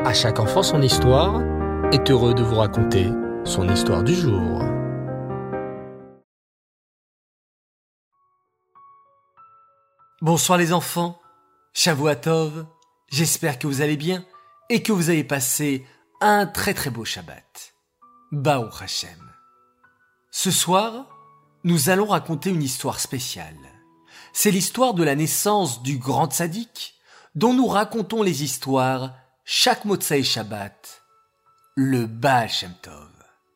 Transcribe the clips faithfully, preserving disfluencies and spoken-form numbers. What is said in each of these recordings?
À chaque enfant son histoire est heureux de vous raconter son histoire du jour. Bonsoir les enfants, Shavua Tov, j'espère que vous allez bien et que vous avez passé un très très beau Shabbat. Baruch Hashem. Ce soir, nous allons raconter une histoire spéciale. C'est l'histoire de la naissance du grand tzaddik dont nous racontons les histoires chaque Motsai Shabbat, le Baal Shem Tov.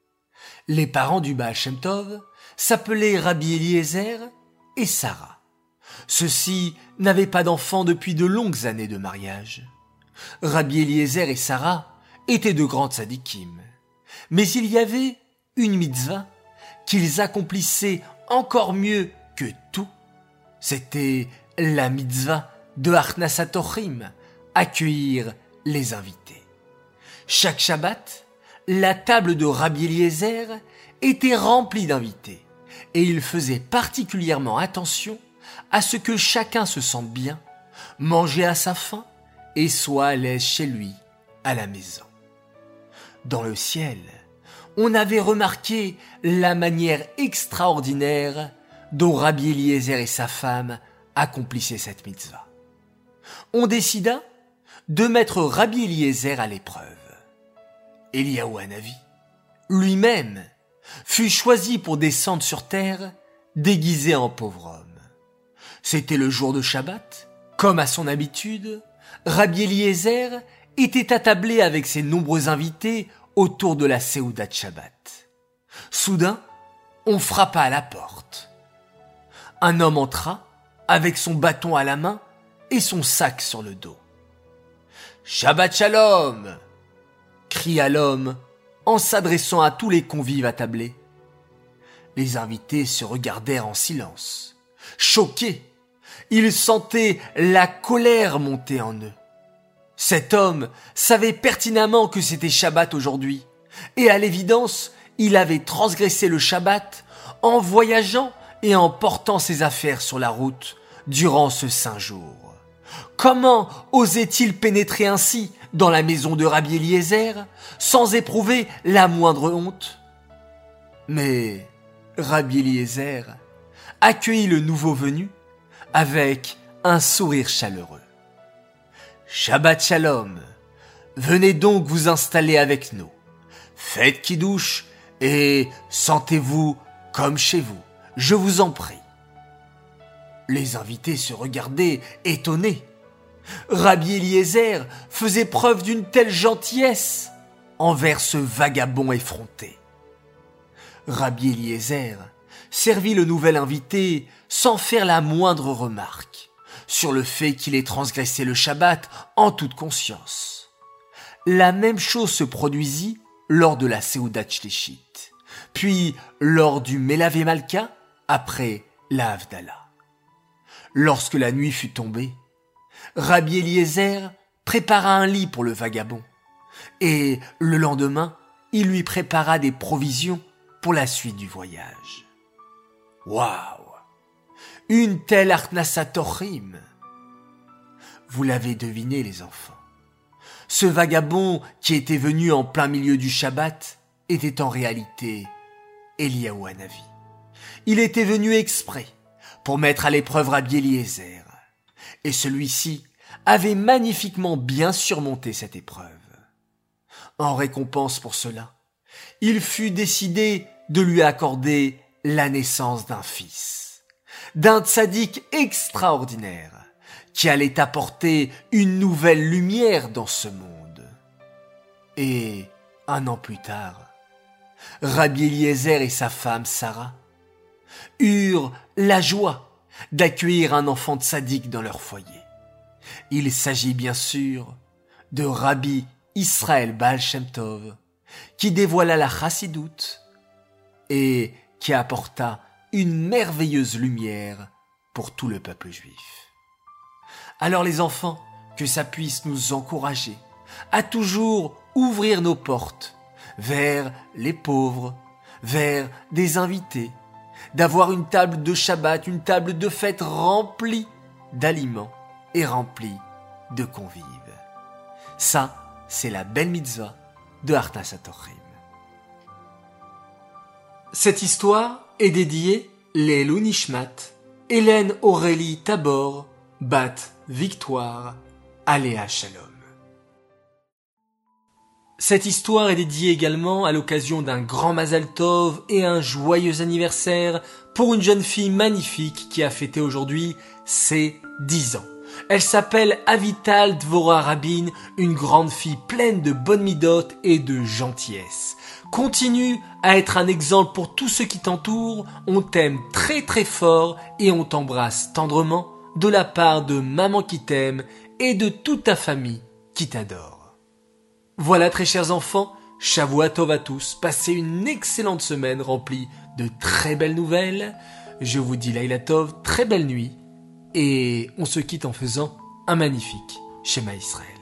Les parents du Baal Shem Tov s'appelaient Rabbi Eliezer et Sarah. Ceux-ci n'avaient pas d'enfants depuis de longues années de mariage. Rabbi Eliezer et Sarah étaient de grands tzaddikim. Mais il y avait une mitzvah qu'ils accomplissaient encore mieux que tout. C'était la mitzvah de Achnasat Orchim, accueillir les invités. Chaque Shabbat, la table de Rabbi Eliezer était remplie d'invités et il faisait particulièrement attention à ce que chacun se sente bien, mange à sa faim et soit à l'aise chez lui, à la maison. Dans le ciel, on avait remarqué la manière extraordinaire dont Rabbi Eliezer et sa femme accomplissaient cette mitzvah. On décida de mettre Rabbi Eliezer à l'épreuve. Eliyahu Hanavi, lui-même, fut choisi pour descendre sur terre déguisé en pauvre homme. C'était le jour de Shabbat. Comme à son habitude, Rabbi Eliezer était attablé avec ses nombreux invités autour de la Séouda de Shabbat. Soudain, on frappa à la porte. Un homme entra avec son bâton à la main et son sac sur le dos. « Shabbat Shalom !» cria l'homme en s'adressant à tous les convives attablés. Les invités se regardèrent en silence. Choqués, ils sentaient la colère monter en eux. Cet homme savait pertinemment que c'était Shabbat aujourd'hui, et à l'évidence, il avait transgressé le Shabbat en voyageant et en portant ses affaires sur la route durant ce saint jour. Comment osait-il pénétrer ainsi dans la maison de Rabbi Eliezer sans éprouver la moindre honte? Mais Rabbi Eliezer accueillit le nouveau venu avec un sourire chaleureux. « Shabbat Shalom, venez donc vous installer avec nous. Faites kidouche et sentez-vous comme chez vous, je vous en prie. » Les invités se regardaient étonnés. Rabbi Eliezer faisait preuve d'une telle gentillesse envers ce vagabond effronté. Rabbi Eliezer servit le nouvel invité sans faire la moindre remarque sur le fait qu'il ait transgressé le Shabbat en toute conscience. La même chose se produisit lors de la Séouda Shlishit, puis lors du Melavé Malka après la Havdalah. Lorsque la nuit fut tombée, Rabbi Eliezer prépara un lit pour le vagabond et le lendemain, il lui prépara des provisions pour la suite du voyage. Waouh! Une telle Achnasat Orchim! Vous l'avez deviné les enfants. Ce vagabond qui était venu en plein milieu du Shabbat était en réalité Eliyahu Hanavi. Il était venu exprès pour mettre à l'épreuve Rabbi Eliezer. Et celui-ci avait magnifiquement bien surmonté cette épreuve. En récompense pour cela, il fut décidé de lui accorder la naissance d'un fils, d'un tzaddik extraordinaire qui allait apporter une nouvelle lumière dans ce monde. Et un an plus tard, Rabbi Eliezer et sa femme Sarah eurent la joie d'accueillir un enfant tzaddik dans leur foyer. Il s'agit bien sûr de Rabbi Israël Baal Shem Tov, qui dévoila la chassidoute et qui apporta une merveilleuse lumière pour tout le peuple juif. Alors les enfants, que ça puisse nous encourager à toujours ouvrir nos portes vers les pauvres, vers des invités, d'avoir une table de Shabbat, une table de fête remplie d'aliments et remplie de convives. Ça, c'est la belle mitzvah de Harnas HaTorchim. Cette histoire est dédiée Leilou Nishmat, Hélène Aurélie Tabor, Bat Victoire, Aléa Shalom. Cette histoire est dédiée également à l'occasion d'un grand Mazal Tov et un joyeux anniversaire pour une jeune fille magnifique qui a fêté aujourd'hui ses dix ans. Elle s'appelle Avital Dvorah Rabin, une grande fille pleine de bonnes midotes et de gentillesse. Continue à être un exemple pour tous ceux qui t'entourent, on t'aime très très fort et on t'embrasse tendrement de la part de maman qui t'aime et de toute ta famille qui t'adore. Voilà très chers enfants, Shavua Tov à tous, passez une excellente semaine remplie de très belles nouvelles. Je vous dis Laila Tov, très belle nuit, et on se quitte en faisant un magnifique Shema Israël.